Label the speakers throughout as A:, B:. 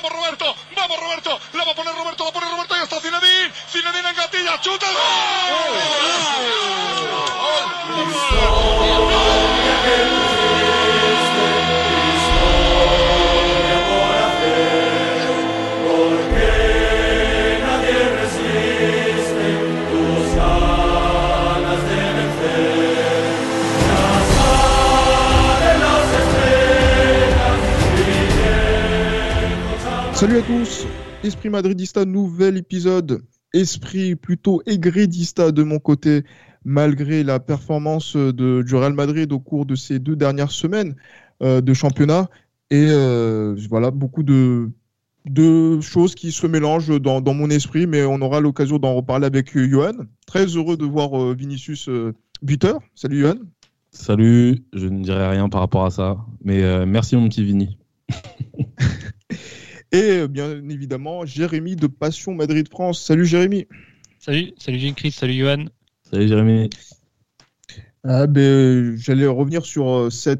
A: vamos Roberto, la va a poner Roberto, y está Zinedine engatilla, chuta el
B: Salut à tous, Esprit Madridista, nouvel épisode, esprit plutôt aigridista de mon côté, malgré la performance du Real Madrid au cours de ces 2 dernières semaines de championnat. Et voilà, beaucoup de choses qui se mélangent dans mon esprit, mais on aura l'occasion d'en reparler avec Johan. Très heureux de voir Vinicius buteur. Salut Johan.
C: Salut, je ne dirai rien par rapport à ça, mais merci mon petit Vini.
B: Et bien évidemment, Jérémy de Passion Madrid France. Salut Jérémy.
D: Salut Jean-Chris, salut Johan.
C: Salut Jérémy.
B: J'allais revenir sur ces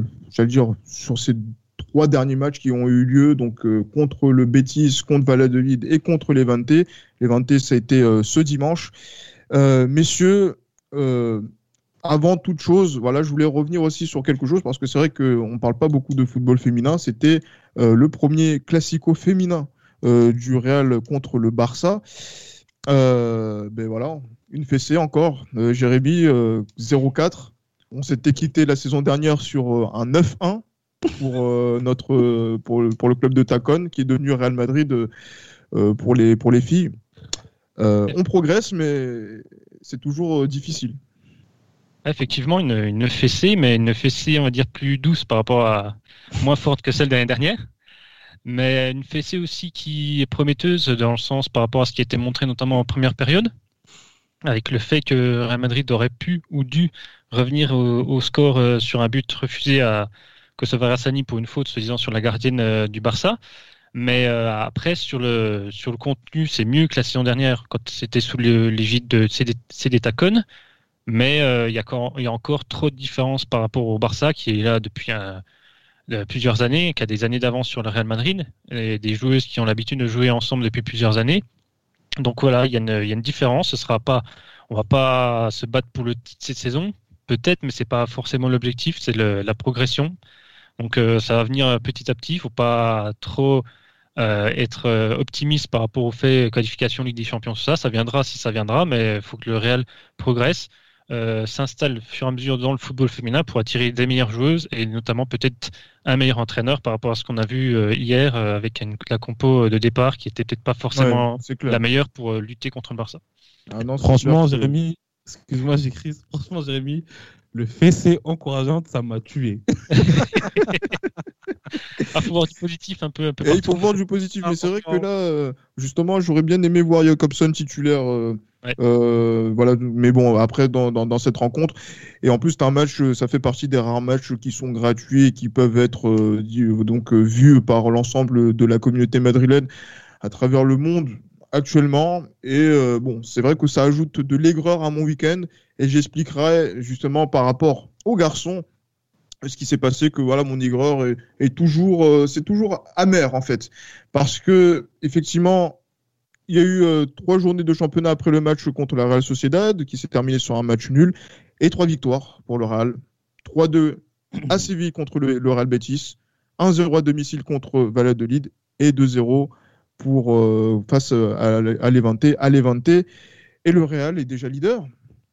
B: 3 derniers matchs qui ont eu lieu, donc contre le Betis, contre Valladolid et contre Levante. Levante, ça a été ce dimanche. Messieurs, avant toute chose, voilà, je voulais revenir aussi sur quelque chose parce que c'est vrai qu'on ne parle pas beaucoup de football féminin. C'était le premier classico féminin du Real contre le Barça. Voilà, une fessée encore. Jérémy, 0-4. On s'était quitté la saison dernière sur un 9-1 pour le club de Tacon qui est devenu Real Madrid pour les filles. On progresse, mais c'est toujours difficile.
D: Effectivement, une fessée, mais une fessée, on va dire, plus douce par rapport à moins forte que celle de l'année dernière. Mais une fessée aussi qui est prometteuse dans le sens par rapport à ce qui a été montré notamment en première période, avec le fait que Real Madrid aurait pu ou dû revenir au score sur un but refusé à Kosova Hassani pour une faute, se disant sur la gardienne du Barça. Mais après, sur le contenu, c'est mieux que la saison dernière quand c'était sous l'égide de CD Tacon. Mais il y a encore trop de différences par rapport au Barça qui est là depuis plusieurs années, qui a des années d'avance sur le Real Madrid, et des joueuses qui ont l'habitude de jouer ensemble depuis plusieurs années. Donc voilà, il y a une différence. On va pas se battre pour le titre cette saison, peut-être, mais c'est pas forcément l'objectif, c'est la progression. Donc ça va venir petit à petit. Il faut pas trop être optimiste par rapport au fait qualification Ligue des Champions, ça viendra si ça viendra, mais il faut que le Real progresse. S'installe au fur et à mesure dans le football féminin pour attirer des meilleures joueuses et notamment peut-être un meilleur entraîneur par rapport à ce qu'on a vu hier avec la compo de départ qui était peut-être pas forcément la meilleure pour lutter contre le Barça.
C: Ah non, franchement, Jérémy, excuse-moi, j'écris. Franchement, Jérémy, le fessé encourageante, ça m'a tué.
D: Il faut voir du positif un peu
B: partout. Il faut voir du positif, mais c'est vrai que là, justement, j'aurais bien aimé voir Jacobson titulaire. Voilà, mais bon, après dans cette rencontre, et en plus c'est un match, ça fait partie des rares matchs qui sont gratuits et qui peuvent être vus par l'ensemble de la communauté madrilène à travers le monde actuellement. Et c'est vrai que ça ajoute de l'aigreur à mon week-end, et j'expliquerai justement par rapport aux garçons ce qui s'est passé, que voilà, mon aigreur est toujours c'est toujours amer en fait, parce que effectivement il y a eu 3 journées de championnat après le match contre la Real Sociedad, qui s'est terminé sur un match nul, et 3 victoires pour le Real. 3-2 à Séville contre le Real Betis, 1-0 à domicile contre Valladolid, et 2-0 face à Levante. Et le Real est déjà leader,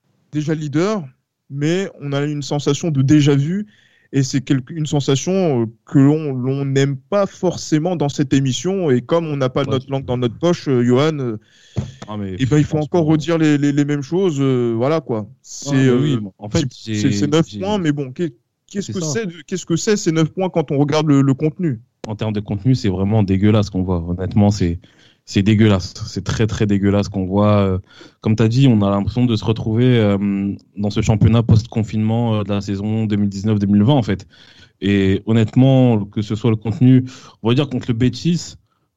B: mais on a une sensation de déjà-vu. Et c'est une sensation que l'on n'aime pas forcément dans cette émission. Et comme on n'a pas notre langue dans notre poche, Johan, il faut encore redire les mêmes choses. Voilà quoi. En fait, c'est 9 points, mais bon, qu'est-ce que c'est ces 9 points quand on regarde le contenu ?
C: En termes de contenu, c'est vraiment dégueulasse ce qu'on voit. Honnêtement, c'est dégueulasse. C'est très, très dégueulasse ce qu'on voit. Comme tu as dit, on a l'impression de se retrouver dans ce championnat post-confinement de la saison 2019-2020, en fait. Et honnêtement, que ce soit le contenu, on va dire contre le Betis,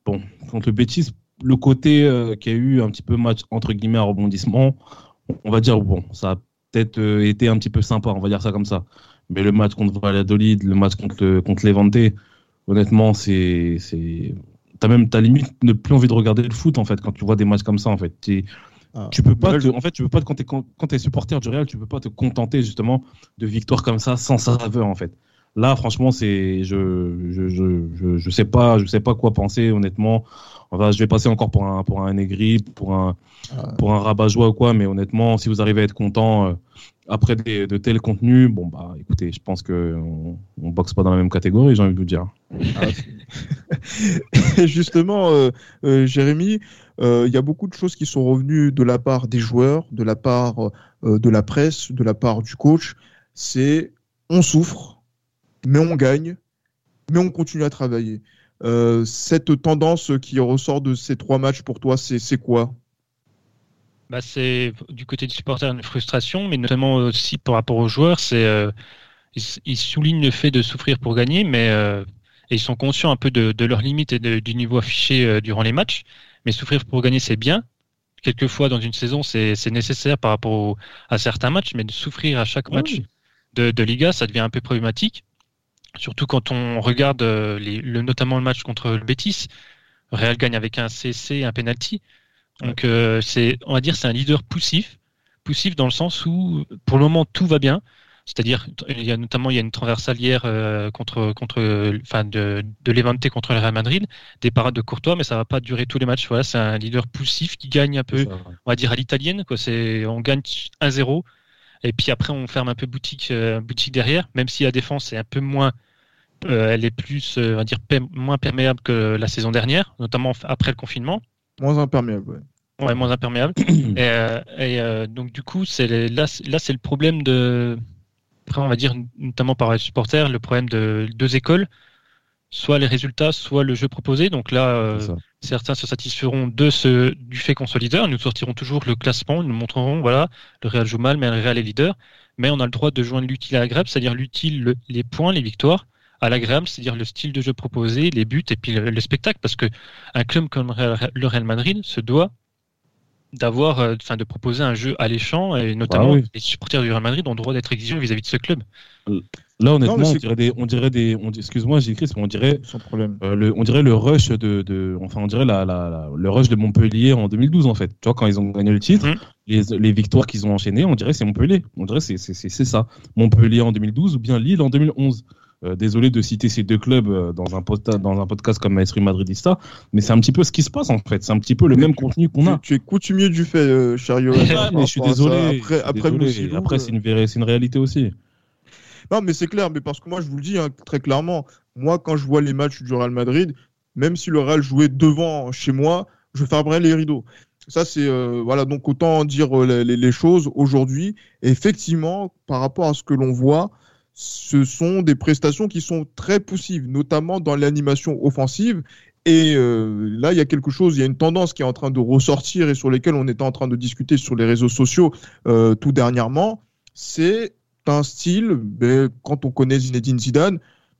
C: le côté qui a eu un petit peu match, entre guillemets, à rebondissement, on va dire, ça a peut-être été un petit peu sympa, on va dire ça comme ça. Mais le match contre Valladolid, le match contre Levante, honnêtement, c'est t'as limite ne plus envie de regarder le foot en fait quand tu vois des matchs comme ça en fait. Tu peux pas quand t'es supporter du Real, tu peux pas te contenter justement de victoires comme ça sans saveur en fait. Là, franchement, je sais pas quoi penser honnêtement. Enfin, je vais passer encore pour un aigri, pour un rabat-joie ou quoi, mais honnêtement, si vous arrivez à être content après de tels contenus, bon bah écoutez, je pense que on boxe pas dans la même catégorie, j'ai envie de vous dire.
B: Et justement, Jérémy, il y a beaucoup de choses qui sont revenues de la part des joueurs, de la part de la presse, de la part du coach. C'est on souffre, mais on gagne, mais on continue à travailler. Cette tendance qui ressort de ces 3 matchs pour toi, c'est quoi ?
D: C'est du côté du supporter une frustration, mais notamment aussi par rapport aux joueurs, ils soulignent le fait de souffrir pour gagner, mais et ils sont conscients un peu de leurs limites et du niveau affiché durant les matchs. Mais souffrir pour gagner, c'est bien. Quelquefois, dans une saison, c'est nécessaire par rapport à certains matchs, mais de souffrir à chaque match de Liga, ça devient un peu problématique. Surtout quand on regarde notamment le match contre le Betis. Real gagne avec un CC et un penalty. Donc, on va dire c'est un leader poussif dans le sens où, pour le moment, tout va bien. C'est-à-dire, il y a une transversale hier de Levante contre le Real Madrid, des parades de Courtois, mais ça va pas durer tous les matchs. Voilà, c'est un leader poussif qui gagne un peu, on va dire à l'italienne, quoi. On gagne 1-0 et puis après on ferme un peu boutique derrière, même si la défense est un peu moins, elle est plus, on va dire moins perméable que la saison dernière, notamment après le confinement.
B: Moins imperméable, ouais.
D: Ouais, moins imperméable. Donc du coup, c'est le problème de. Après, on va dire, notamment par les supporters, le problème de 2 écoles, soit les résultats, soit le jeu proposé. Donc là, certains se satisferont du fait qu'on soit leader. Nous sortirons toujours le classement, nous montrerons, voilà, le Real joue mal, mais le Real est leader. Mais on a le droit de joindre l'utile à l'agréable, c'est-à-dire l'utile, les points, les victoires, à l'agréable, c'est-à-dire le style de jeu proposé, les buts et puis le spectacle. Parce qu'un club comme le Real Madrid se doit de proposer un jeu alléchant, et notamment les supporters du Real Madrid ont le droit d'être exigeants vis-à-vis de ce club.
C: Là, honnêtement, excuse-moi, j'ai écrit, mais on dirait
B: sans problème.
C: On dirait le rush on dirait le rush de Montpellier en 2012 en fait. Tu vois, quand ils ont gagné le titre, les victoires qu'ils ont enchaînées, on dirait c'est Montpellier. On dirait c'est ça. Montpellier en 2012 ou bien Lille en 2011. Désolé de citer ces 2 clubs dans un podcast comme Maestri Madridista, mais c'est un petit peu ce qui se passe en fait. C'est un petit peu le même contenu qu'on a.
B: Tu es coutumier du fait, cher Johan.
C: Mais je suis désolé.
B: Après,
C: c'est une réalité aussi.
B: Non, mais c'est clair. Mais parce que moi, je vous le dis très clairement, moi, quand je vois les matchs du Real Madrid, même si le Real jouait devant chez moi, je fermerais les rideaux. Ça, c'est donc autant dire les choses aujourd'hui. Et effectivement, par rapport à ce que l'on voit, ce sont des prestations qui sont très poussives, notamment dans l'animation offensive. Et là, il y a une tendance qui est en train de ressortir et sur lesquelles on était en train de discuter sur les réseaux sociaux tout dernièrement. C'est un style, quand on connaît Zinedine Zidane,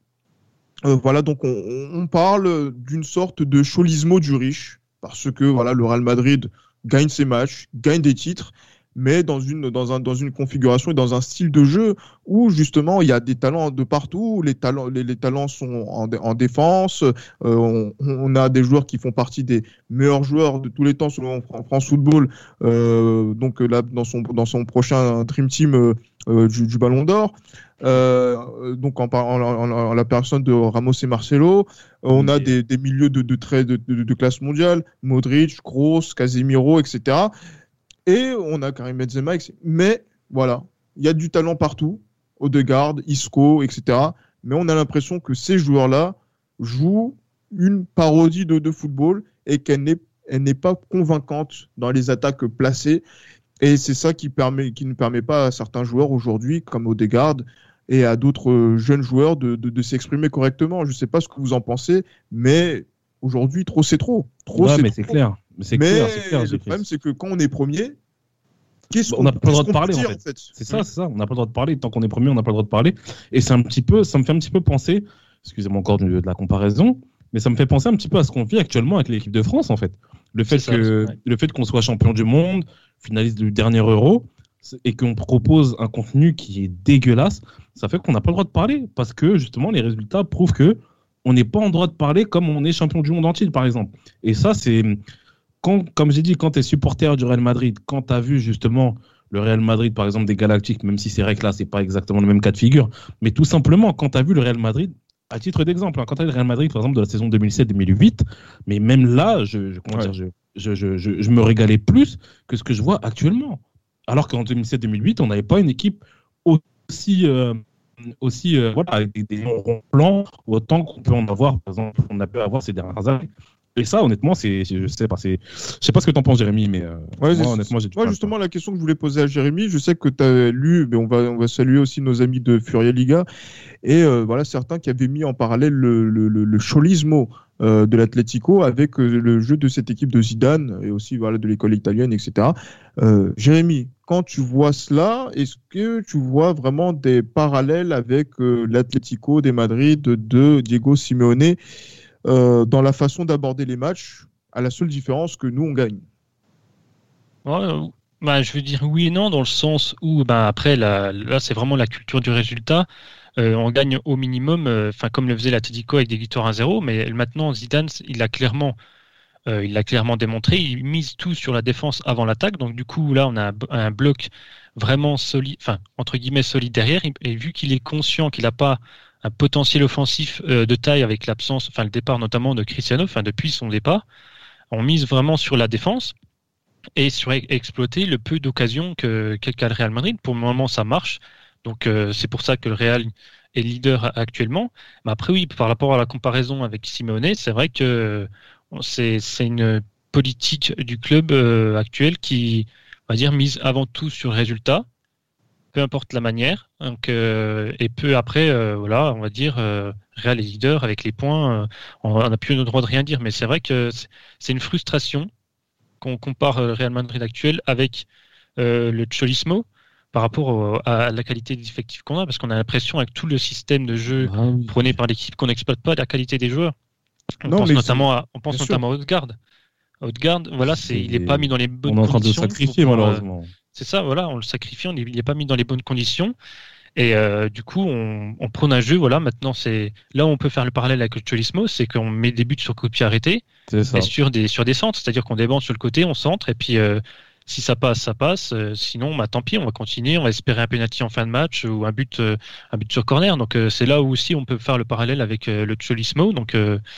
B: donc on parle d'une sorte de cholismo du riche, parce que le Real Madrid gagne ses matchs, gagne des titres, mais dans une configuration et dans un style de jeu où justement il y a des talents de partout, les talents sont en défense, on a des joueurs qui font partie des meilleurs joueurs de tous les temps selon France Football, donc là dans son prochain Dream Team du Ballon d'Or, donc en la personne de Ramos et Marcelo, on a des milieux de classe mondiale, Modric, Kroos, Casemiro, etc. Et on a Karim Benzema, mais voilà, il y a du talent partout, Odegaard, Isco, etc. Mais on a l'impression que ces joueurs-là jouent une parodie de football et qu'elle n'est pas convaincante dans les attaques placées. Et c'est ça qui ne permet pas à certains joueurs aujourd'hui, comme Odegaard et à d'autres jeunes joueurs, de s'exprimer correctement. Je ne sais pas ce que vous en pensez, mais aujourd'hui, trop c'est trop.
C: C'est clair. Mais
B: le problème, c'est que quand on est premier,
C: on n'a pas le droit de parler en fait. C'est ça. On n'a pas le droit de parler. Tant qu'on est premier, on n'a pas le droit de parler. Et ça me fait un petit peu penser, excusez-moi encore de la comparaison, mais ça me fait penser un petit peu à ce qu'on vit actuellement avec l'équipe de France en fait. Le fait qu'on soit champion du monde, finaliste du dernier Euro, et qu'on propose un contenu qui est dégueulasse, ça fait qu'on n'a pas le droit de parler parce que justement les résultats prouvent que on n'est pas en droit de parler comme on est champion du monde en titre, par exemple. Et ça, c'est comme j'ai dit, quand tu es supporter du Real Madrid, quand tu as vu justement le Real Madrid, par exemple, des Galactiques, même si c'est vrai que là, c'est pas exactement le même cas de figure, mais tout simplement, quand tu as vu le Real Madrid, à titre d'exemple, quand tu as vu le Real Madrid, par exemple, de la saison 2007-2008, mais même là, je me régalais plus que ce que je vois actuellement. Alors qu'en 2007-2008, on n'avait pas une équipe aussi voilà, avec des longs plans, autant qu'on peut en avoir, par exemple, on a pu avoir ces dernières années. Et ça, honnêtement, je sais pas ce que t'en penses, Jérémy, mais moi, honnêtement, j'ai du mal.
B: Justement, la question que je voulais poser à Jérémy, je sais que tu as lu, mais on va saluer aussi nos amis de Furia Liga, et voilà, certains qui avaient mis en parallèle le cholismo de l'Atlético avec le jeu de cette équipe de Zidane, et aussi voilà, de l'école italienne, etc. Jérémy, quand tu vois cela, est-ce que tu vois vraiment des parallèles avec l'Atlético de Madrid de Diego Simeone dans la façon d'aborder les matchs, à la seule différence que nous, on gagne?
D: Je veux dire oui et non, dans le sens où après, là, c'est vraiment la culture du résultat. On gagne au minimum, comme le faisait l'Atlético avec des victoires 1-0, mais maintenant, Zidane, il l'a clairement démontré. Il mise tout sur la défense avant l'attaque. Donc, du coup, là, on a un bloc vraiment solide, entre guillemets, solide derrière. Et vu qu'il est conscient qu'il n'a pas un potentiel offensif de taille avec l'absence, le départ notamment de Cristiano, depuis son départ, on mise vraiment sur la défense et sur exploiter le peu d'occasions qu'a le Real Madrid. Pour le moment, ça marche. Donc, c'est pour ça que le Real est leader actuellement. Mais après, oui, par rapport à la comparaison avec Simeone, c'est vrai que c'est une politique du club actuel qui, on va dire, mise avant tout sur le résultat, peu importe la manière. Donc, et peu après, voilà, on va dire, Real est leader avec les points. On n'a plus le droit de rien dire, mais c'est vrai que c'est une frustration qu'on compare le Real Madrid actuel avec le Cholismo par rapport à la qualité des effectifs qu'on a, parce qu'on a l'impression avec tout le système de jeu prôné par l'équipe qu'on n'exploite pas la qualité des joueurs. On pense notamment à Odegaard. Odegaard, voilà, il n'est pas mis dans les bonnes conditions. On est en train de le
C: sacrifier, malheureusement.
D: C'est ça, voilà, on le sacrifie, il n'est pas mis dans les bonnes conditions. Et du coup, on prône un jeu, voilà, maintenant, c'est là où on peut faire le parallèle avec le Cholismo, c'est qu'on met des buts sur coup de pied arrêté, et sur des centres, c'est-à-dire qu'on débande sur le côté, on centre, et puis si ça passe, ça passe. Sinon, tant pis, on va continuer, on va espérer un penalty en fin de match ou un but sur corner. Donc c'est là où aussi on peut faire le parallèle avec le Cholismo. Donc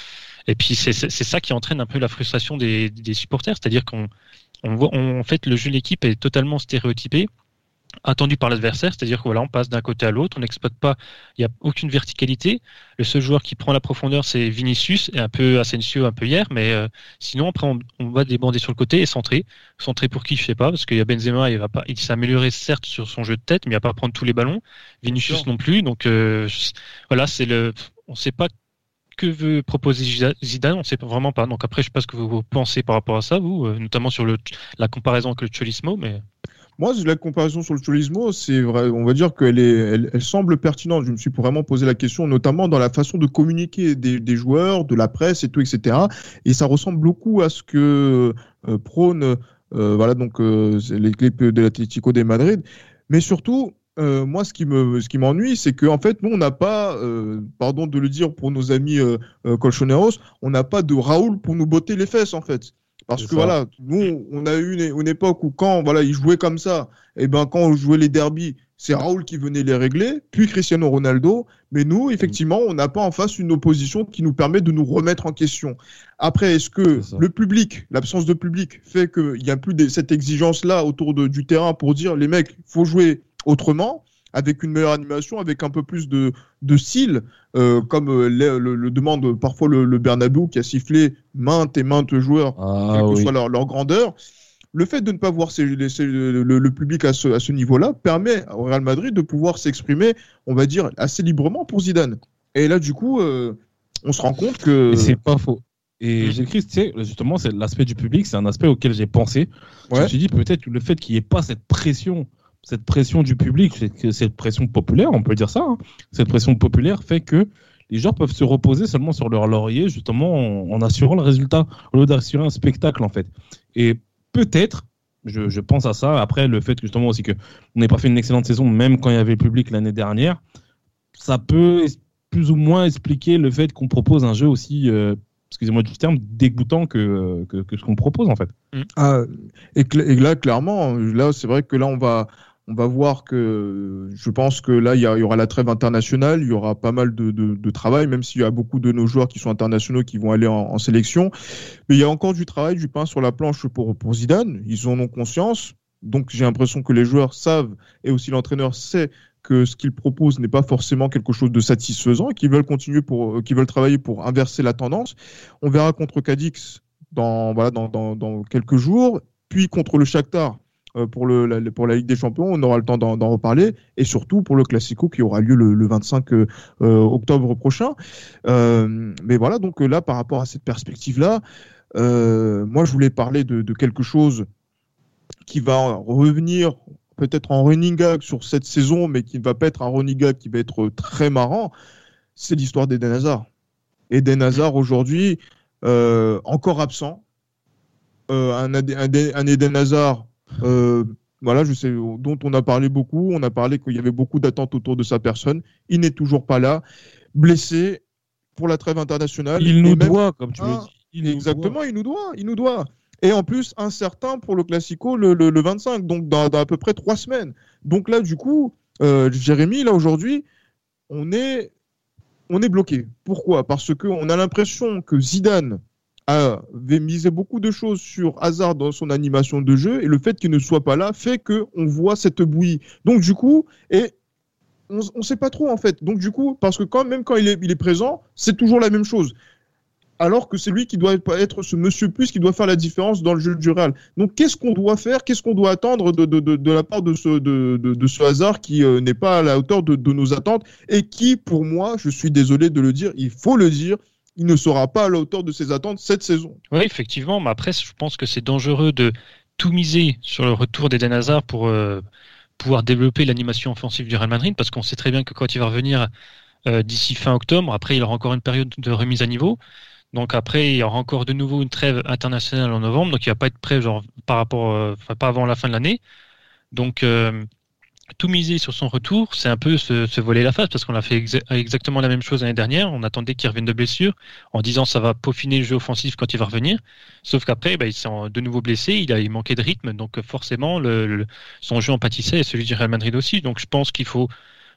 D: et puis c'est ça qui entraîne un peu la frustration des supporters, c'est-à-dire qu'on voit, en fait, le jeu de l'équipe est totalement stéréotypé, attendu par l'adversaire, c'est-à-dire que voilà, on passe d'un côté à l'autre, on n'exploite pas, il n'y a aucune verticalité. Le seul joueur qui prend la profondeur, c'est Vinicius et un peu Asensio, un peu hier, mais sinon après on va débander sur le côté et centrer pour qui, je sais pas, parce qu'il y a Benzema, il s'est amélioré certes sur son jeu de tête, mais il va pas prendre tous les ballons, Vinicius non plus, donc voilà, on sait pas que veut proposer Zidane, on ne sait vraiment pas. Donc après, je ne sais pas ce que vous pensez par rapport à ça, vous, notamment sur la comparaison avec le Cholismo, mais...
B: Moi, la comparaison sur le Cholismo, c'est vrai, on va dire qu'elle elle semble pertinente. Je me suis vraiment posé la question, notamment dans la façon de communiquer des joueurs, de la presse et tout, etc. Et ça ressemble beaucoup à ce que prône voilà, donc, l'équipe de l'Atlético de Madrid. Mais surtout, moi, ce qui m'ennuie, c'est qu'en fait, nous, on n'a pas, pardon de le dire pour nos amis colchoneros, on n'a pas de Raoul pour nous botter les fesses, en fait. Parce que voilà, nous, on a eu une époque où quand voilà, ils jouaient comme ça, et ben quand on jouait les derbies, c'est Raoul qui venait les régler, puis Cristiano Ronaldo. Mais nous, effectivement, on n'a pas en face une opposition qui nous permet de nous remettre en question. Après, est-ce que le public, l'absence de public, fait qu'il n'y a plus cette exigence-là autour du terrain pour dire les mecs, il faut jouer autrement, avec une meilleure animation, avec un peu plus de style, comme le demande parfois le Bernabéu qui a sifflé maintes et maintes joueurs, quelle que soit leur grandeur. Le fait de ne pas voir le public à ce niveau-là permet au Real Madrid de pouvoir s'exprimer, on va dire, assez librement pour Zidane. Et là, du coup, on se rend compte que...
C: Et c'est pas faux. Et j'écris, tu sais, justement, c'est l'aspect du public, c'est un aspect auquel j'ai pensé. Je me suis dit peut-être que le fait qu'il n'y ait pas cette pression du public, cette pression populaire, on peut dire ça, hein, cette pression populaire fait que les joueurs peuvent se reposer seulement sur leur laurier, justement en assurant le résultat, au lieu d'assurer un spectacle, en fait. Et peut-être, je pense à ça, après le fait que justement aussi qu'on n'ait pas fait une excellente saison, même quand il y avait le public l'année dernière, ça peut plus ou moins expliquer le fait qu'on propose un jeu aussi, excusez-moi du terme, dégoûtant que ce qu'on propose en fait.
B: Et là, clairement, c'est vrai que là, on va voir que je pense que là, il y aura la trêve internationale, il y aura pas mal de travail, même s'il y a beaucoup de nos joueurs qui sont internationaux qui vont aller en sélection. Mais il y a encore du travail, du pain sur la planche pour Zidane. Ils en ont conscience. Donc, j'ai l'impression que les joueurs savent et aussi l'entraîneur sait que ce qu'ils proposent n'est pas forcément quelque chose de satisfaisant et qu'ils veulent qu'ils veulent travailler pour inverser la tendance. On verra contre Cadix dans quelques jours, puis contre le Shakhtar pour la Ligue des Champions. On aura le temps d'en reparler, et surtout pour le Classico qui aura lieu le 25 octobre prochain. Mais voilà, donc là, par rapport à cette perspective-là, moi, je voulais parler de quelque chose qui va revenir peut-être en running gag sur cette saison, mais qui ne va pas être un running gag qui va être très marrant. C'est l'histoire d'Eden Hazard. Eden Hazard aujourd'hui, encore absent. Un Eden Hazard, je sais, dont on a parlé beaucoup. On a parlé qu'il y avait beaucoup d'attentes autour de sa personne. Il n'est toujours pas là. Blessé pour la trêve internationale.
C: Il nous doit, comme tu me dis.
B: Exactement, il nous doit. Et en plus, incertain pour le Classico le 25, donc dans à peu près 3 semaines. Donc là, du coup, Jérémy, là aujourd'hui, on est bloqué. Pourquoi ? Parce qu'on a l'impression que Zidane avait misé beaucoup de choses sur Hazard dans son animation de jeu, et le fait qu'il ne soit pas là fait qu'on voit cette bouillie. Donc du coup, on ne sait pas trop en fait. Donc du coup, parce que même quand il est présent, c'est toujours la même chose. Alors que c'est lui qui doit être ce monsieur plus qui doit faire la différence dans le jeu du Real. Donc qu'est-ce qu'on doit faire ? Qu'est-ce qu'on doit attendre de la part de ce Hazard qui n'est pas à la hauteur de nos attentes et qui, pour moi, je suis désolé de le dire, il faut le dire, il ne sera pas à la hauteur de ses attentes cette saison.
D: Oui, effectivement, mais après, je pense que c'est dangereux de tout miser sur le retour d'Eden Hazard pour pouvoir développer l'animation offensive du Real Madrid, parce qu'on sait très bien que quand il va revenir d'ici fin octobre, après il aura encore une période de remise à niveau. Donc après, il y aura encore de nouveau une trêve internationale en novembre, donc il va pas être prêt pas avant la fin de l'année. Donc tout miser sur son retour, c'est un peu se voler la face, parce qu'on a fait exactement la même chose l'année dernière. On attendait qu'il revienne de blessure en disant ça va peaufiner le jeu offensif quand il va revenir. Sauf qu'après, il s'est de nouveau blessé, il manquait de rythme, donc forcément son jeu en pâtissait et celui du Real Madrid aussi. Donc je pense qu'il faut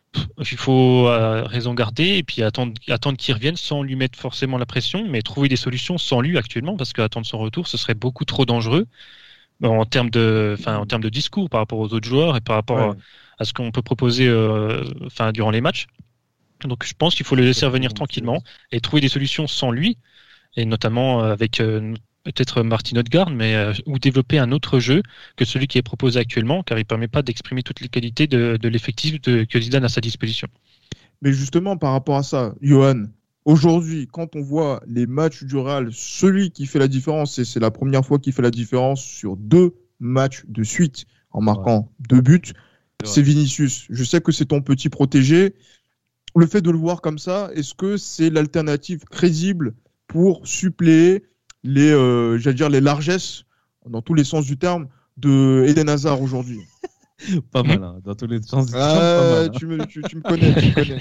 D: raison garder et puis attendre qu'il revienne sans lui mettre forcément la pression, mais trouver des solutions sans lui actuellement, parce qu'attendre son retour, ce serait beaucoup trop dangereux en termes de discours par rapport aux autres joueurs et par rapport à ce qu'on peut proposer durant les matchs. Donc je pense qu'il faut le laisser revenir tranquillement et trouver des solutions sans lui, et notamment avec peut-être Martin Odegaard, ou développer un autre jeu que celui qui est proposé actuellement, car il ne permet pas d'exprimer toutes les qualités de l'effectif que Zidane a à sa disposition.
B: Mais justement, par rapport à ça, Johan, aujourd'hui, quand on voit les matchs du Real, celui qui fait la différence, et c'est la première fois qu'il fait la différence sur 2 matchs de suite en marquant 2 buts, c'est Vinicius. Je sais que c'est ton petit protégé. Le fait de le voir comme ça, est-ce que c'est l'alternative crédible pour suppléer les largesses, dans tous les sens du terme, de Eden Hazard aujourd'hui?
C: Pas mal, hein, dans tous les sens du terme. Pas mal, hein.
B: Tu me connais.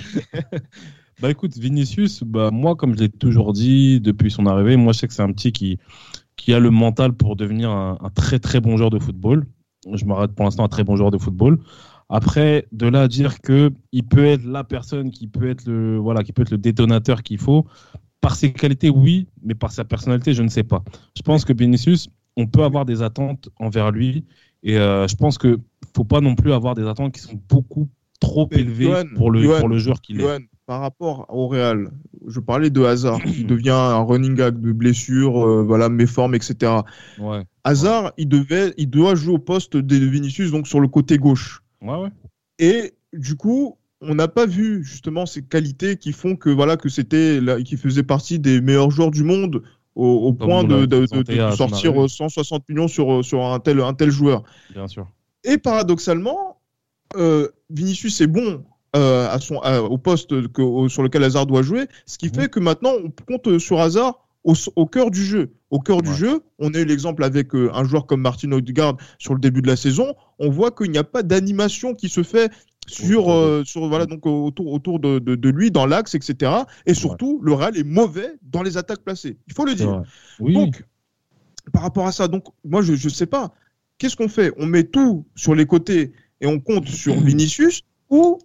C: Bah écoute, Vinicius, moi, comme je l'ai toujours dit depuis son arrivée, moi je sais que c'est un petit qui a le mental pour devenir un très très bon joueur de football. Je m'arrête pour l'instant un très bon joueur de football. Après, de là à dire que il peut être la personne qui peut être le détonateur qu'il faut. Par ses qualités, oui, mais par sa personnalité, je ne sais pas. Je pense que Vinicius, on peut avoir des attentes envers lui, et je pense qu'il ne faut pas non plus avoir des attentes qui sont beaucoup trop élevées pour le joueur qu'il est.
B: Par rapport au Real, je parlais de Hazard, qui devient un running gag de blessures, méforme, etc.
C: Ouais.
B: Hazard, il doit jouer au poste de Vinicius, donc sur le côté gauche.
C: Ouais.
B: Et du coup, on n'a pas vu justement ces qualités qui font que qu'il faisait partie des meilleurs joueurs du monde au point de sortir 160 millions sur un tel joueur.
C: Bien sûr.
B: Et paradoxalement, Vinicius est bon au poste sur lequel Hazard doit jouer, ce qui fait que maintenant on compte sur Hazard au cœur du jeu. Au cœur du jeu, on a eu l'exemple avec un joueur comme Martin Odegaard sur le début de la saison. On voit qu'il n'y a pas d'animation qui se fait donc autour de lui dans l'axe, etc. Et surtout, le Real est mauvais dans les attaques placées. Il faut le dire.
C: Oui.
B: Donc, par rapport à ça, donc moi je sais pas. Qu'est-ce qu'on fait? On met tout sur les côtés et on compte sur Vinicius, ou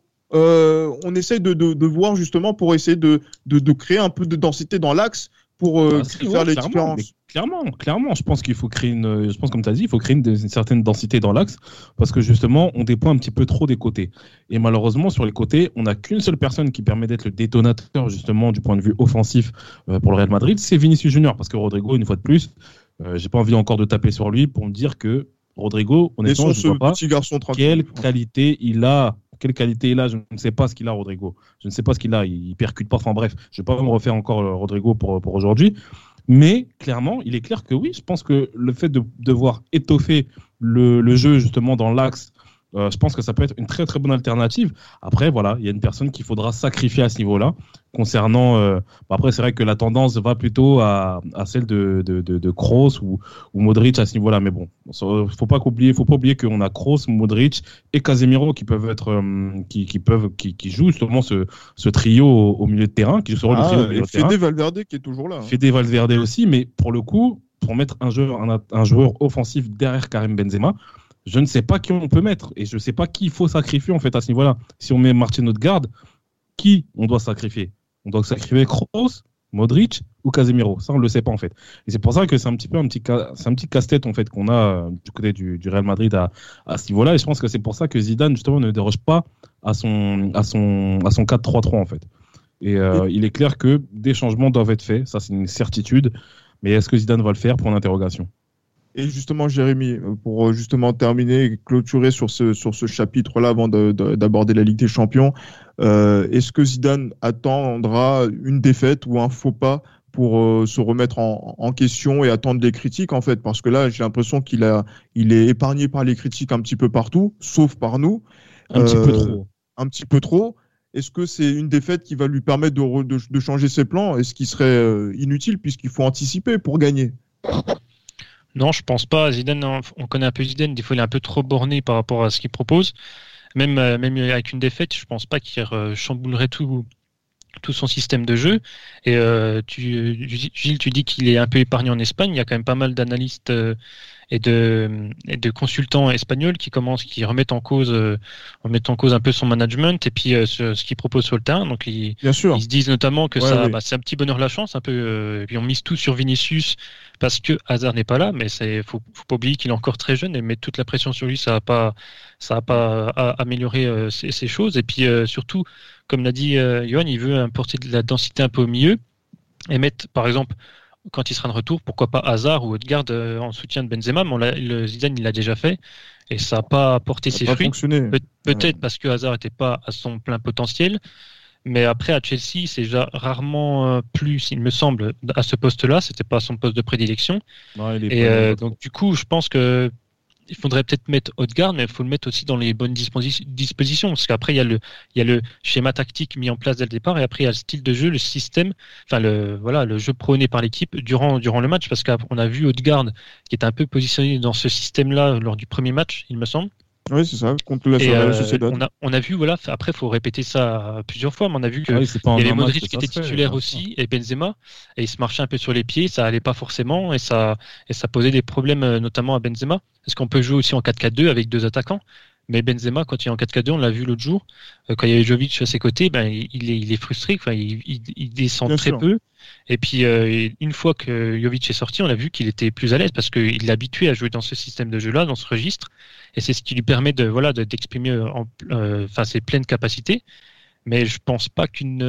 B: on essaye de voir justement pour essayer de créer un peu de densité dans l'axe pour faire les différences.
C: Clairement, je pense qu'il faut créer comme tu as dit, il faut créer une certaine densité dans l'axe, parce que justement, on dépend un petit peu trop des côtés. Et malheureusement, sur les côtés, on n'a qu'une seule personne qui permet d'être le détonateur, justement, du point de vue offensif pour le Real Madrid, c'est Vinicius Junior, parce que Rodrigo, une fois de plus, j'ai pas envie encore de taper sur lui pour me dire que Rodrigo, honnêtement, je ne vois pas quelle qualité il a. Je ne sais pas ce qu'il a, Rodrigo. Je ne sais pas ce qu'il a. Il percute pas. Enfin bref, je ne vais pas me refaire encore Rodrigo pour aujourd'hui. Mais clairement, il est clair que oui, je pense que le fait de devoir étoffer le jeu justement dans l'axe, je pense que ça peut être une très très bonne alternative. Après, voilà, il y a une personne qu'il faudra sacrifier à ce niveau-là. Concernant, après, c'est vrai que la tendance va plutôt à celle de Kroos ou Modric à ce niveau-là. Mais bon, faut pas oublier qu'on a Kroos, Modric et Casemiro qui peuvent être, qui jouent justement ce trio au milieu de terrain, qui joue le trio au milieu de terrain.
B: Fede Valverde qui est toujours là.
C: Fede Valverde aussi, mais pour le coup, pour mettre un joueur offensif derrière Karim Benzema, je ne sais pas qui on peut mettre et je ne sais pas qui il faut sacrifier en fait à ce niveau-là. Si on met Martin Odegaard, qui on doit sacrifier? On doit sacrifier Kroos, Modric ou Casemiro. Ça, on ne le sait pas en fait. Et c'est pour ça que c'est un petit casse-tête en fait qu'on a du côté du Real Madrid à ce niveau-là. Et je pense que c'est pour ça que Zidane justement ne déroge pas à son 4-3-3 en fait. Et il est clair que des changements doivent être faits. Ça, c'est une certitude. Mais est-ce que Zidane va le faire? Pour l'interrogation.
B: Et justement, Jérémy, pour justement terminer et clôturer sur ce chapitre-là avant d'aborder la Ligue des Champions, est-ce que Zidane attendra une défaite ou un faux pas pour se remettre en question et attendre des critiques en fait? Parce que là, j'ai l'impression qu'il est épargné par les critiques un petit peu partout, sauf par nous.
C: Un petit peu trop.
B: Est-ce que c'est une défaite qui va lui permettre de changer ses plans? Est-ce qu'il serait inutile puisqu'il faut anticiper pour gagner?
D: Non, je pense pas. Zidane, on connaît un peu Zidane. Des fois, il est un peu trop borné par rapport à ce qu'il propose. Même avec une défaite, je pense pas qu'il chamboulerait tout son système de jeu. Et Gilles, tu dis qu'il est un peu épargné en Espagne. Il y a quand même pas mal d'analystes et de consultants espagnols qui remettent en cause un peu son management et puis ce qu'il propose sur le terrain. Donc ils se disent notamment que c'est un petit bonheur la chance un peu. Et puis on mise tout sur Vinicius parce que Hazard n'est pas là, mais faut pas oublier qu'il est encore très jeune et mettre toute la pression sur lui, ça va pas améliorer ces choses. Et puis surtout, comme l'a dit Johan, il veut apporter de la densité un peu au milieu et mettre, par exemple, quand il sera de retour, pourquoi pas Hazard ou Odegaard en soutien de Benzema, mais le Zidane il l'a déjà fait et ça n'a pas apporté ses fruits. Peut-être parce que Hazard n'était pas à son plein potentiel, mais après à Chelsea c'est déjà rarement plus, il me semble, à ce poste-là, c'était pas son poste de prédilection. Non, donc du coup, je pense que il faudrait peut-être mettre Odegaard, mais il faut le mettre aussi dans les bonnes dispositions, parce qu'après il y a le schéma tactique mis en place dès le départ, et après il y a le style de jeu, le système, enfin le jeu prôné par l'équipe durant le match, parce qu'on a vu Odegaard qui était un peu positionné dans ce système-là lors du premier match, il me semble.
B: Oui, c'est ça, contre la Sociedad.
D: On a vu, après, il faut répéter ça plusieurs fois, mais on a vu qu'il y avait Modric qui était titulaire aussi, et Benzema, et il se marchait un peu sur les pieds, ça allait pas forcément, et ça posait des problèmes, notamment à Benzema. Est-ce qu'on peut jouer aussi en 4-4-2 avec deux attaquants? Mais Benzema, quand il est en 4-4-2, on l'a vu l'autre jour, quand il y avait Jovic à ses côtés, il est frustré, il descend très peu. Et puis, une fois que Jovic est sorti, on a vu qu'il était plus à l'aise parce qu'il est habitué à jouer dans ce système de jeu-là, dans ce registre. Et c'est ce qui lui permet d'exprimer ses pleines capacités. Mais je pense pas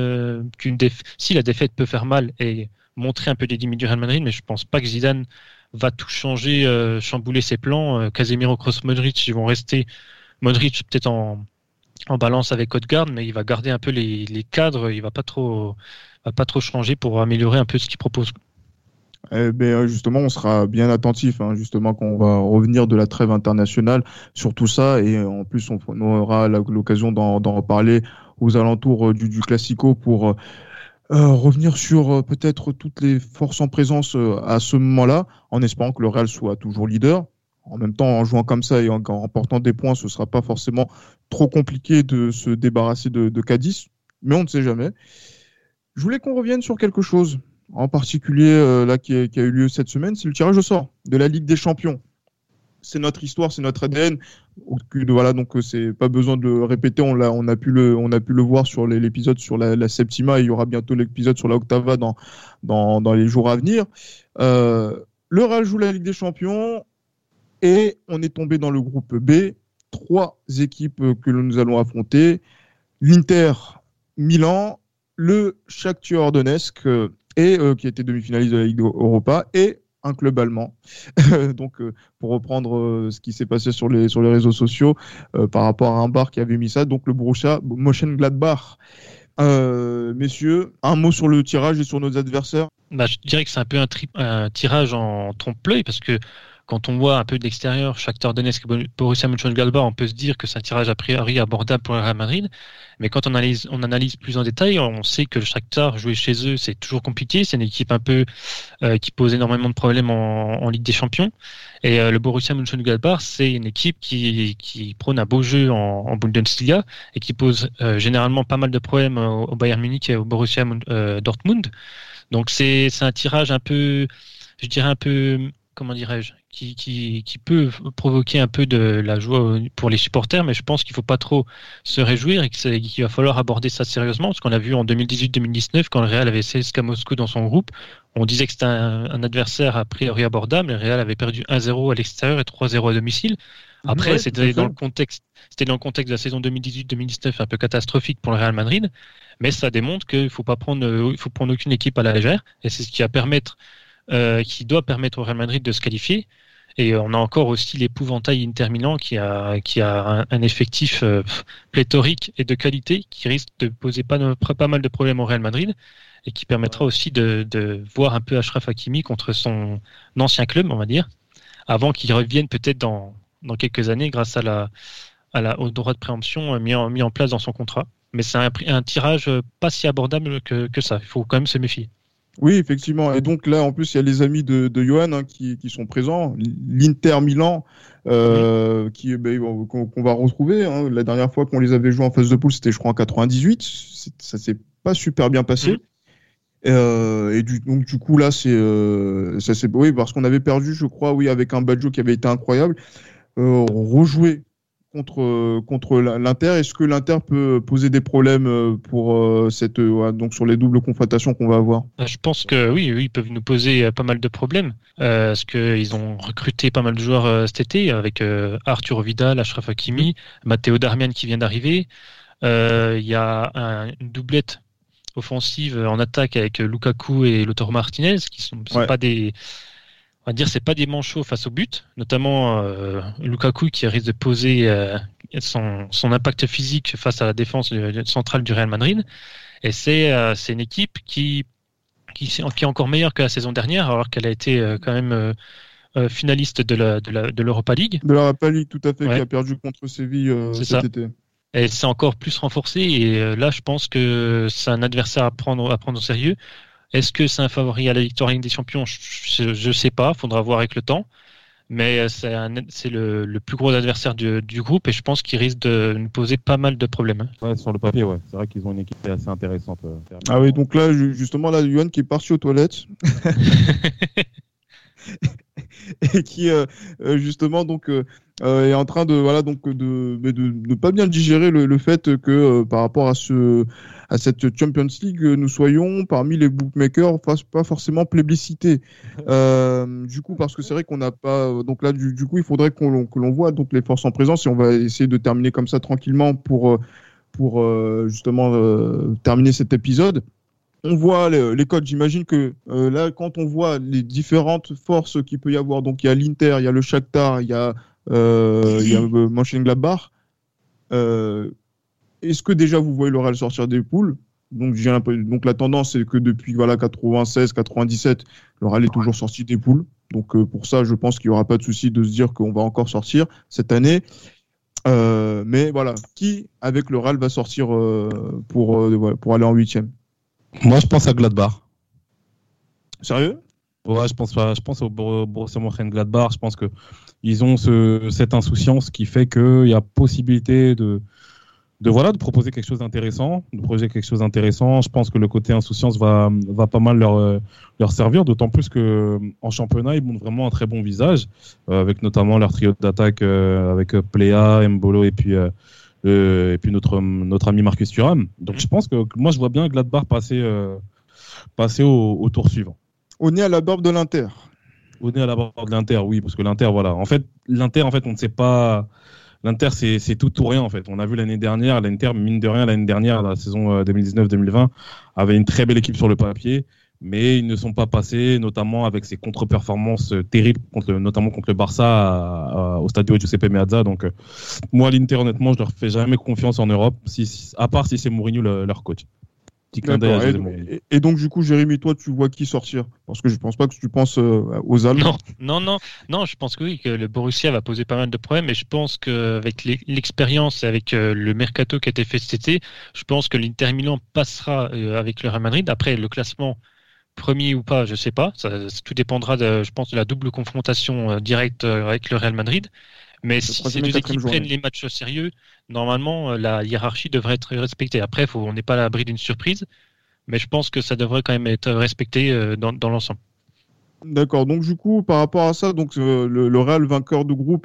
D: si la défaite peut faire mal et montrer un peu les limites du Real Madrid, mais je pense pas que Zidane va tout changer, chambouler ses plans. Casemiro, Kroos, Modric, ils vont rester. Modric peut-être en balance avec Odegaard, mais il va garder un peu les cadres. Il va pas trop changer pour améliorer un peu ce qu'il propose.
B: Justement, on sera bien attentif, justement, quand on va revenir de la trêve internationale sur tout ça, et en plus on aura l'occasion d'en reparler aux alentours du Classico pour revenir sur peut-être toutes les forces en présence à ce moment-là, en espérant que le Real soit toujours leader. En même temps, en jouant comme ça et en remportant des points, ce ne sera pas forcément trop compliqué de se débarrasser de Cadiz, mais on ne sait jamais. Je voulais qu'on revienne sur quelque chose, en particulier là qui a eu lieu cette semaine, c'est le tirage au sort de la Ligue des Champions. C'est notre histoire, c'est notre ADN. Voilà, donc c'est pas besoin de le répéter. On a pu le voir sur l'épisode sur la Septima. Et il y aura bientôt l'épisode sur la Octava dans les jours à venir. Le Real joue la Ligue des Champions et on est tombé dans le groupe B. 3 équipes que nous allons affronter: l'Inter Milan, le Shakhtar Donetsk qui était demi-finaliste de la Ligue Europa, et un club allemand. Donc, pour reprendre ce qui s'est passé sur les réseaux sociaux par rapport à un bar qui avait mis ça, donc le Borussia Mönchengladbach. Messieurs, un mot sur le tirage et sur nos adversaires.
D: Je dirais que c'est un peu un tirage en trompe-l'œil, parce que quand on voit un peu de l'extérieur Shakhtar Donetsk et Borussia Mönchengladbach, on peut se dire que c'est un tirage a priori abordable pour le Real Madrid. Mais quand on analyse plus en détail, on sait que le Shakhtar, jouer chez eux, c'est toujours compliqué. C'est une équipe un peu qui pose énormément de problèmes en Ligue des Champions. Et le Borussia Mönchengladbach, c'est une équipe qui prône un beau jeu en Bundesliga et qui pose généralement pas mal de problèmes au Bayern Munich et au Borussia Dortmund. Donc c'est un tirage un peu, je dirais un peu, comment dirais-je, qui peut provoquer un peu de la joie pour les supporters, mais je pense qu'il ne faut pas trop se réjouir et qu'il va falloir aborder ça sérieusement, parce qu'on a vu en 2018-2019, quand le Real avait CSKA Moscou dans son groupe, on disait que c'était un adversaire a priori abordable. Le Real avait perdu 1-0 à l'extérieur et 3-0 à domicile. Après, c'était dans le contexte de la saison 2018-2019 un peu catastrophique pour le Real Madrid, mais ça démontre qu'il faut prendre aucune équipe à la légère, et c'est ce qui doit permettre au Real Madrid de se qualifier. Et on a encore aussi l'épouvantail Inter Milan qui a un effectif pléthorique et de qualité qui risque de poser pas mal de problèmes au Real Madrid, et qui permettra aussi de voir un peu Achraf Hakimi contre son ancien club, on va dire, avant qu'il revienne peut-être dans quelques années grâce au droit de préemption mis en place dans son contrat. Mais c'est un tirage pas si abordable que ça. Il faut quand même se méfier.
B: Oui, effectivement. Et donc là, en plus, il y a les amis de Johan qui sont présents. L'Inter Milan, qu'on va retrouver. La dernière fois qu'on les avait joués en phase de poule, c'était, je crois, en 98. Ça s'est pas super bien passé. Donc du coup là, oui, parce qu'on avait perdu, je crois, oui, avec un Baggio qui avait été incroyable. Rejouer contre l'Inter, est-ce que l'Inter peut poser des problèmes pour donc sur les doubles confrontations qu'on va avoir?
D: Je pense que oui, ils peuvent nous poser pas mal de problèmes, parce qu'ils ont recruté pas mal de joueurs cet été, avec Arturo Vidal, Achraf Hakimi, Matteo Darmian qui vient d'arriver. Il y a une doublette offensive en attaque avec Lukaku et Lautaro Martinez, qui sont pas des, on va dire, c'est pas des manchots face au but, notamment Lukaku qui risque de poser son impact physique face à la défense centrale du Real Madrid. Et c'est une équipe qui est encore meilleure que la saison dernière, alors qu'elle a été quand même finaliste de l'Europa League.
B: De l'Europa League, tout à fait, qui a perdu contre Séville cet été.
D: Et c'est encore plus renforcé, et là je pense que c'est un adversaire à prendre au sérieux. Est-ce que c'est un favori à la victoire en Ligue des Champions? Je sais pas, faudra voir avec le temps. Mais c'est le plus gros adversaire du groupe, et je pense qu'il risque de nous poser pas mal de problèmes.
C: Ouais, sur le papier, ouais. C'est vrai qu'ils ont une équipe assez intéressante.
B: Ah oui, donc là, justement, là, Yuan qui est parti aux toilettes. Et qui justement donc est en train de pas bien digérer le fait que par rapport à cette Champions League, nous soyons parmi les bookmakers pas forcément plébiscités. Du coup, parce que c'est vrai qu'on n'a pas, donc là du coup il faudrait que l'on voit donc les forces en présence, et on va essayer de terminer comme ça tranquillement pour justement terminer cet épisode. On voit les codes. J'imagine que là, quand on voit les différentes forces qu'il peut y avoir, donc il y a l'Inter, il y a le Shakhtar, il y a Mönchengladbach. Est-ce que déjà vous voyez le Real sortir des poules? Donc la tendance, c'est que depuis 96-97, le Real est toujours sorti des poules. Donc pour ça, je pense qu'il n'y aura pas de souci de se dire qu'on va encore sortir cette année. Mais voilà, qui avec le Real va sortir pour aller en 8e?
C: Moi, je pense à Gladbach.
B: Sérieux?
C: Ouais, je pense au Borussia Mönchengladbach. Je pense que ils ont cette insouciance qui fait qu'il y a possibilité de proposer quelque chose d'intéressant, Je pense que le côté insouciance va pas mal leur servir, d'autant plus que en championnat, ils montrent vraiment un très bon visage, avec notamment leur trio d'attaque avec Plea, Mbolo et puis notre ami Marcus Thuram. Donc je pense que moi je vois bien Gladbach passer au tour suivant.
B: Au nez à la barbe de l'Inter.
C: Au nez à la barbe de l'Inter, oui, parce que l'Inter, voilà. L'Inter, on ne sait pas. L'Inter, c'est tout ou rien, en fait. On a vu l'année dernière, l'Inter, mine de rien, l'année dernière, la saison 2019-2020, avait une très belle équipe sur le papier, mais ils ne sont pas passés, notamment avec ces contre-performances terribles, notamment contre le Barça au Stadio Giuseppe Meazza. Donc, moi, l'Inter, honnêtement, je leur fais jamais confiance en Europe, à part si c'est Mourinho leur coach.
B: Et donc, du coup, Jérémy, toi, tu vois qui sortir? Parce que je pense pas que tu penses aux Allemands.
D: Non, je pense que oui, que le Borussia va poser pas mal de problèmes, et je pense qu'avec l'expérience et avec le mercato qui a été fait cet été, je pense que l'Inter Milan passera avec le Real Madrid. Après, le classement, premier ou pas, je sais pas. Ça tout dépendra, je pense, de la double confrontation directe avec le Real Madrid. Mais si ces deux équipes prennent les matchs au sérieux, normalement, la hiérarchie devrait être respectée. Après, on n'est pas à l'abri d'une surprise, mais je pense que ça devrait quand même être respecté dans l'ensemble.
B: D'accord. Donc, du coup, par rapport à ça, donc le Real vainqueur du groupe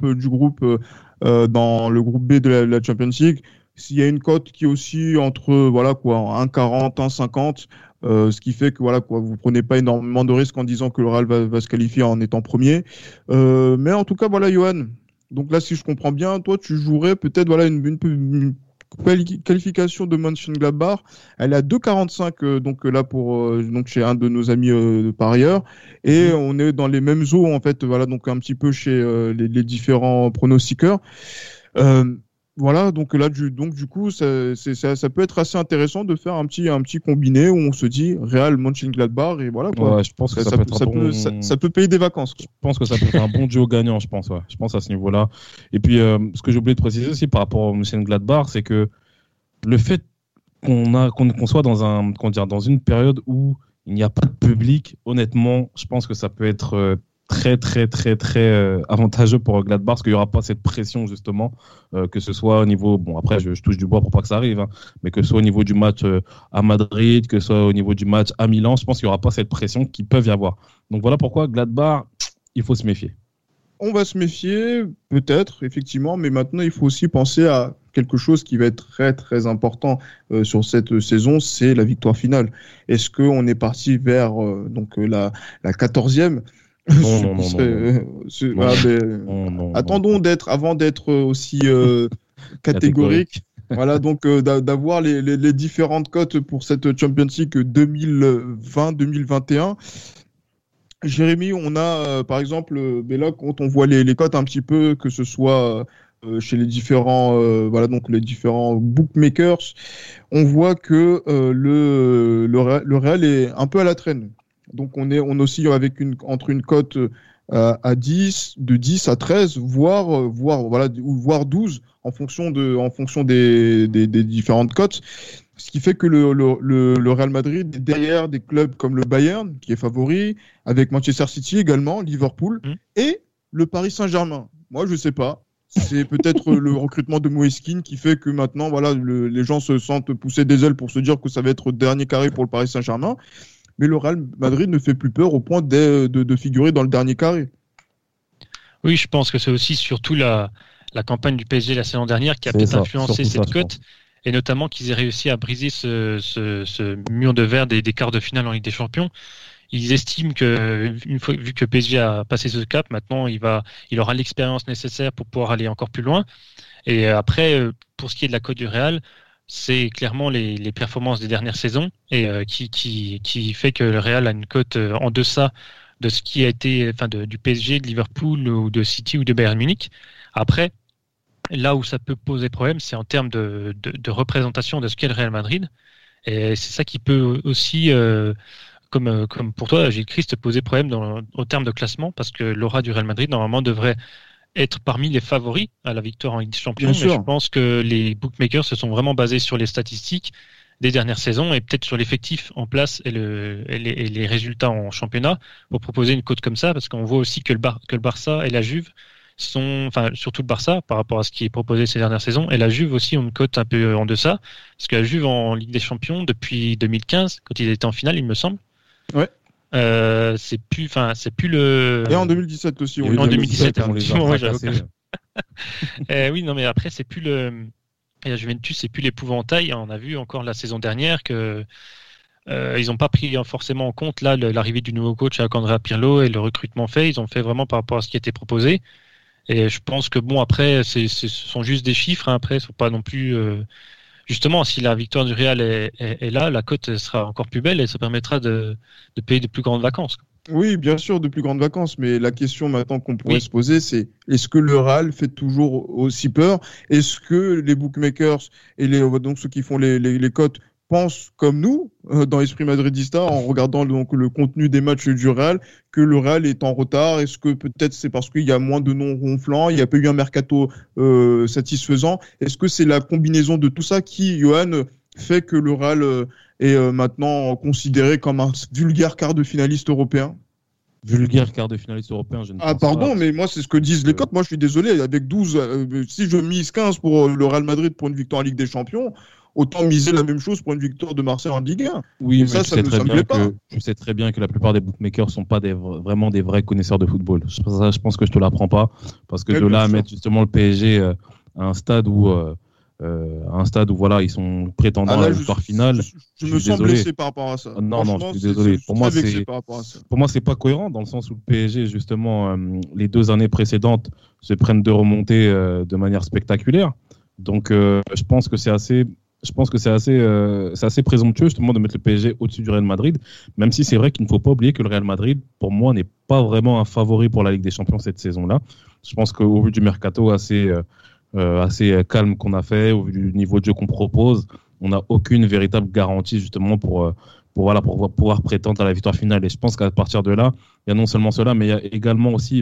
B: dans le groupe B de la Champions League, s'il y a une cote qui est aussi entre 1,40, 1,50, ce qui fait que vous prenez pas énormément de risques en disant que le Real va se qualifier en étant premier. Mais en tout cas, voilà, Johan. Donc là, si je comprends bien, toi, tu jouerais peut-être une qualification de Mönchengladbach. Elle est à 2,45 donc là donc chez un de nos amis parieurs, et on est dans les mêmes eaux en fait. Voilà, donc un petit peu chez les différents pronostiqueurs. Voilà, donc là, du coup, ça peut être assez intéressant de faire un petit combiné où on se dit Real Mönchengladbach et voilà quoi.
C: Ouais, je pense que
B: ça peut payer des vacances, quoi.
C: Je pense que ça peut être un bon duo gagnant, je pense. Ouais. Je pense à ce niveau-là. Et puis, ce que j'ai oublié de préciser aussi par rapport au Mönchengladbach, c'est que le fait qu'on soit dans une période où il n'y a pas de public, honnêtement, je pense que ça peut être très très très très avantageux pour Gladbach, parce qu'il n'y aura pas cette pression justement, que ce soit au niveau, bon après je touche du bois pour pas que ça arrive, hein, mais que ce soit au niveau du match à Madrid, que ce soit au niveau du match à Milan, je pense qu'il n'y aura pas cette pression qui peut y avoir. Donc voilà pourquoi Gladbach, il faut se méfier.
B: On va se méfier, peut-être, effectivement, mais maintenant il faut aussi penser à quelque chose qui va être très très important sur cette saison, c'est la victoire finale. Est-ce qu'on est parti vers la 14e? Non. Attendons avant d'être aussi catégorique. Voilà, donc d'avoir les différentes cotes pour cette Champions League 2020-2021. Jérémy, on a par exemple, là, quand on voit les cotes un petit peu, que ce soit chez les différents les différents bookmakers, on voit que le Real est un peu à la traîne. Donc on oscille avec entre une cote à 10, de 10 à 13, voire 12 en fonction des différentes cotes. Ce qui fait que le Real Madrid est derrière des clubs comme le Bayern, qui est favori, avec Manchester City également, Liverpool, et le Paris Saint-Germain. Moi, je sais pas. C'est peut-être le recrutement de Moïse Kean qui fait que maintenant, les gens se sentent pousser des ailes pour se dire que ça va être dernier carré pour le Paris Saint-Germain. Mais le Real Madrid ne fait plus peur au point de figurer dans le dernier carré.
D: Oui, je pense que c'est aussi surtout la campagne du PSG la saison dernière qui a peut-être influencé cette cote, et notamment qu'ils aient réussi à briser ce mur de verre des quarts de finale en Ligue des Champions. Ils estiment que, vu que PSG a passé ce cap, maintenant il aura l'expérience nécessaire pour pouvoir aller encore plus loin. Et après, pour ce qui est de la cote du Real, c'est clairement les performances des dernières saisons et qui fait que le Real a une cote en deçà de ce qui a été, du PSG, de Liverpool ou de City ou de Bayern Munich. Après, là où ça peut poser problème, c'est en termes de représentation de ce qu'est le Real Madrid, et c'est ça qui peut aussi, comme pour toi, Gilles Christ, poser problème au terme de classement, parce que l'aura du Real Madrid normalement devrait être parmi les favoris à la victoire en Ligue des Champions, mais je pense que les bookmakers se sont vraiment basés sur les statistiques des dernières saisons et peut-être sur l'effectif en place et les résultats en championnat pour proposer une cote comme ça, parce qu'on voit aussi que le Barça et la Juve surtout le Barça par rapport à ce qui est proposé ces dernières saisons, et la Juve aussi ont une cote un peu en deçà, parce que la Juve en Ligue des Champions depuis 2015, quand ils étaient en finale, il me semble.
B: Ouais.
D: C'est plus le.
B: Et en 2017 aussi.
D: En 2017,
C: on les a fracassés.
D: Oui, non, mais après c'est plus et la Juventus, c'est plus l'épouvantail. On a vu encore la saison dernière que ils n'ont pas pris forcément en compte là l'arrivée du nouveau coach à Andrea Pirlo et le recrutement fait. Ils ont fait vraiment par rapport à ce qui était proposé. Et je pense que bon, après, ce sont juste des chiffres. Hein. Après, ce sont pas non plus. Justement, si la victoire du Real est là, la cote sera encore plus belle et ça permettra de payer de plus grandes vacances.
B: Oui, bien sûr, de plus grandes vacances. Mais la question maintenant qu'on pourrait se poser, c'est est-ce que le Real fait toujours aussi peur? Est-ce que les bookmakers et donc ceux qui font les cotes pensent comme nous, dans l'esprit madridista, en regardant donc le contenu des matchs du Real, que le Real est en retard? Est-ce que peut-être c'est parce qu'il y a moins de noms ronflants, il n'y a pas eu un mercato satisfaisant? Est-ce que c'est la combinaison de tout ça qui, Johan, fait que le Real est maintenant considéré comme un vulgaire quart de finaliste européen?
C: Vulgaire quart de finaliste européen, je ne pense
B: pardon,
C: pas.
B: Mais moi, c'est ce que disent les cotes. Moi, je suis désolé, avec 12, si je mise 15 pour le Real Madrid pour une victoire en Ligue des Champions, autant miser la même chose pour une victoire de Marseille en Ligue 1.
C: Oui, mais
B: ça me plaît pas.
C: Tu sais très bien que la plupart des bookmakers ne sont pas vraiment des vrais connaisseurs de football. Je pense que je te l'apprends pas, parce que de là à mettre justement le PSG à un stade où voilà, ils sont prétendants à la victoire finale.
B: Je me sens blessé par rapport à ça.
C: Non, je suis désolé. Pour moi, c'est pas cohérent, dans le sens où le PSG, justement, les 2 années précédentes se prennent de remontées de manière spectaculaire. Donc, je pense que c'est assez présomptueux justement de mettre le PSG au-dessus du Real Madrid, même si c'est vrai qu'il ne faut pas oublier que le Real Madrid, pour moi, n'est pas vraiment un favori pour la Ligue des Champions cette saison-là. Je pense qu'au vu du mercato assez calme qu'on a fait, au vu du niveau de jeu qu'on propose, on n'a aucune véritable garantie justement pour pouvoir prétendre à la victoire finale. Et je pense qu'à partir de là, il y a non seulement cela, mais il y a également aussi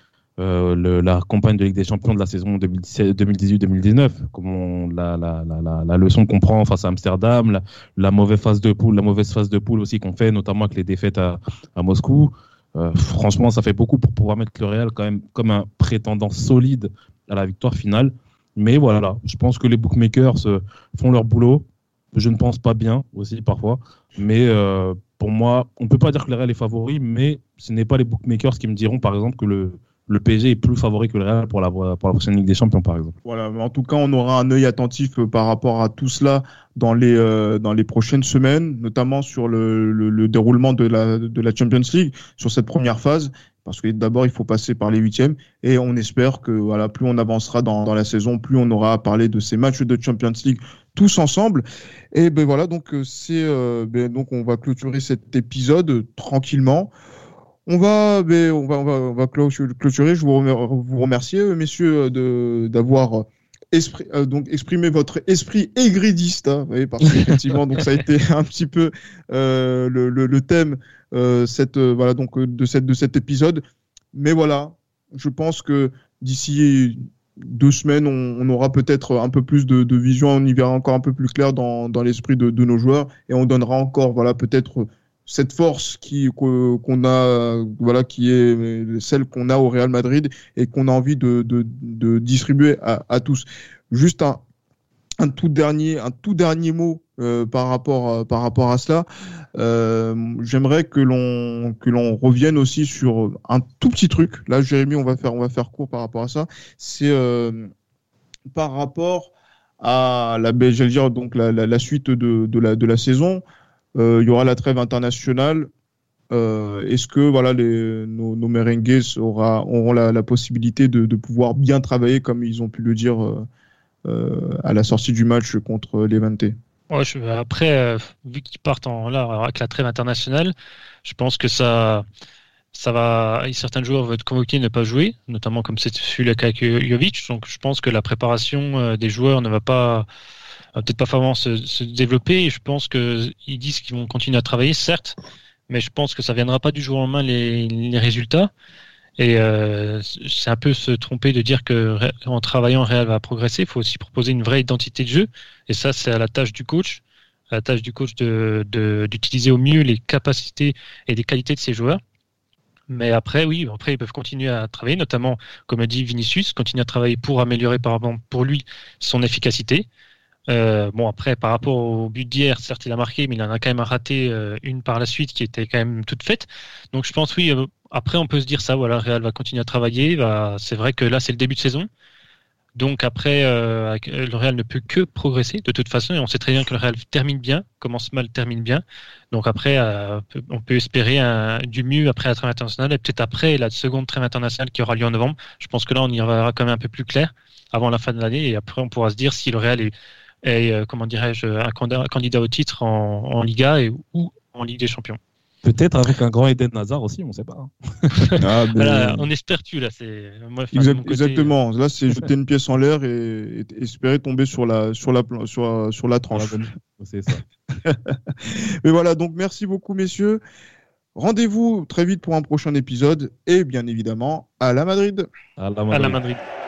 C: la campagne de Ligue des Champions de la saison 2018-2019, comme la leçon qu'on prend face à Amsterdam, la mauvaise phase de poule aussi qu'on fait, notamment avec les défaites à Moscou. Franchement, ça fait beaucoup pour pouvoir mettre le Real quand même comme un prétendant solide à la victoire finale. Mais voilà, je pense que les bookmakers font leur boulot. Je ne pense pas bien aussi parfois, mais pour moi, on ne peut pas dire que le Real est favori, mais ce n'est pas les bookmakers qui me diront par exemple que le PSG est plus favori que le Real pour la prochaine Ligue des Champions, par exemple.
B: Voilà, mais en tout cas, on aura un œil attentif par rapport à tout cela dans les prochaines semaines, notamment sur le déroulement de la Champions League, sur cette première phase, parce que d'abord, il faut passer par les huitièmes, et on espère que voilà, plus on avancera dans la saison, plus on aura à parler de ces matchs de Champions League tous ensemble. Et ben voilà, donc donc on va clôturer cet épisode tranquillement. On va clôturer. Je vous remercie, messieurs, d'avoir exprimé votre esprit aigridiste, hein, vous voyez, parce qu'effectivement, donc ça a été un petit peu le thème de cet épisode. Mais voilà, je pense que d'ici 2 semaines, on aura peut-être un peu plus de vision, on y verra encore un peu plus clair dans l'esprit de nos joueurs, et on donnera encore, voilà, peut-être cette force qu'on a, voilà, qui est celle qu'on a au Real Madrid et qu'on a envie de distribuer à tous. Juste un tout dernier mot par rapport à cela. J'aimerais que l'on revienne aussi sur un tout petit truc. Là, Jérémy, on va faire court par rapport à ça. C'est par rapport à la suite de la saison. Il y aura la trêve internationale. Est-ce que voilà, nos merengues auront la possibilité de pouvoir bien travailler comme ils ont pu le dire à la sortie du match contre Levante?
D: Ouais, après, vu qu'ils partent avec la trêve internationale, je pense que ça va. Certains joueurs vont être convoqués et ne pas jouer, notamment comme c'est celui avec Jovic. Donc je pense que la préparation des joueurs ne va peut-être pas vraiment se développer, et je pense qu'ils disent qu'ils vont continuer à travailler, certes, mais je pense que ça viendra pas du jour au lendemain les résultats, et c'est un peu se tromper de dire que en travaillant, Real va progresser. Il faut aussi proposer une vraie identité de jeu, et ça c'est à la tâche du coach à la tâche du coach d'utiliser au mieux les capacités et les qualités de ses joueurs. Mais après, oui, ils peuvent continuer à travailler, notamment, comme a dit Vinicius, continuer à travailler pour améliorer, par exemple, pour lui, son efficacité. Après, par rapport au but d'hier, certes, il a marqué, mais il en a quand même raté une par la suite qui était quand même toute faite. Donc, je pense, oui, après, on peut se dire ça, voilà, Real va continuer à travailler. C'est vrai que là, c'est le début de saison. Donc, après, le Real ne peut que progresser, de toute façon, et on sait très bien que le Real termine bien, commence mal, termine bien. Donc, après, on peut espérer du mieux après la trêve internationale, et peut-être après la seconde trêve internationale qui aura lieu en novembre. Je pense que là, on y verra quand même un peu plus clair avant la fin de l'année, et après, on pourra se dire si le Real est comment dirais-je, un candidat au titre en Liga ou en Ligue des Champions.
C: Peut-être avec un grand Eden Hazard aussi, on ne sait pas.
D: Voilà, on espère tu là. Moi,
B: exactement. Là, c'est jeter une pièce en l'air et espérer tomber sur la tranche.
C: C'est ça.
B: Mais voilà, donc merci beaucoup, messieurs. Rendez-vous très vite pour un prochain épisode et bien évidemment à la Madrid.
C: À la Madrid.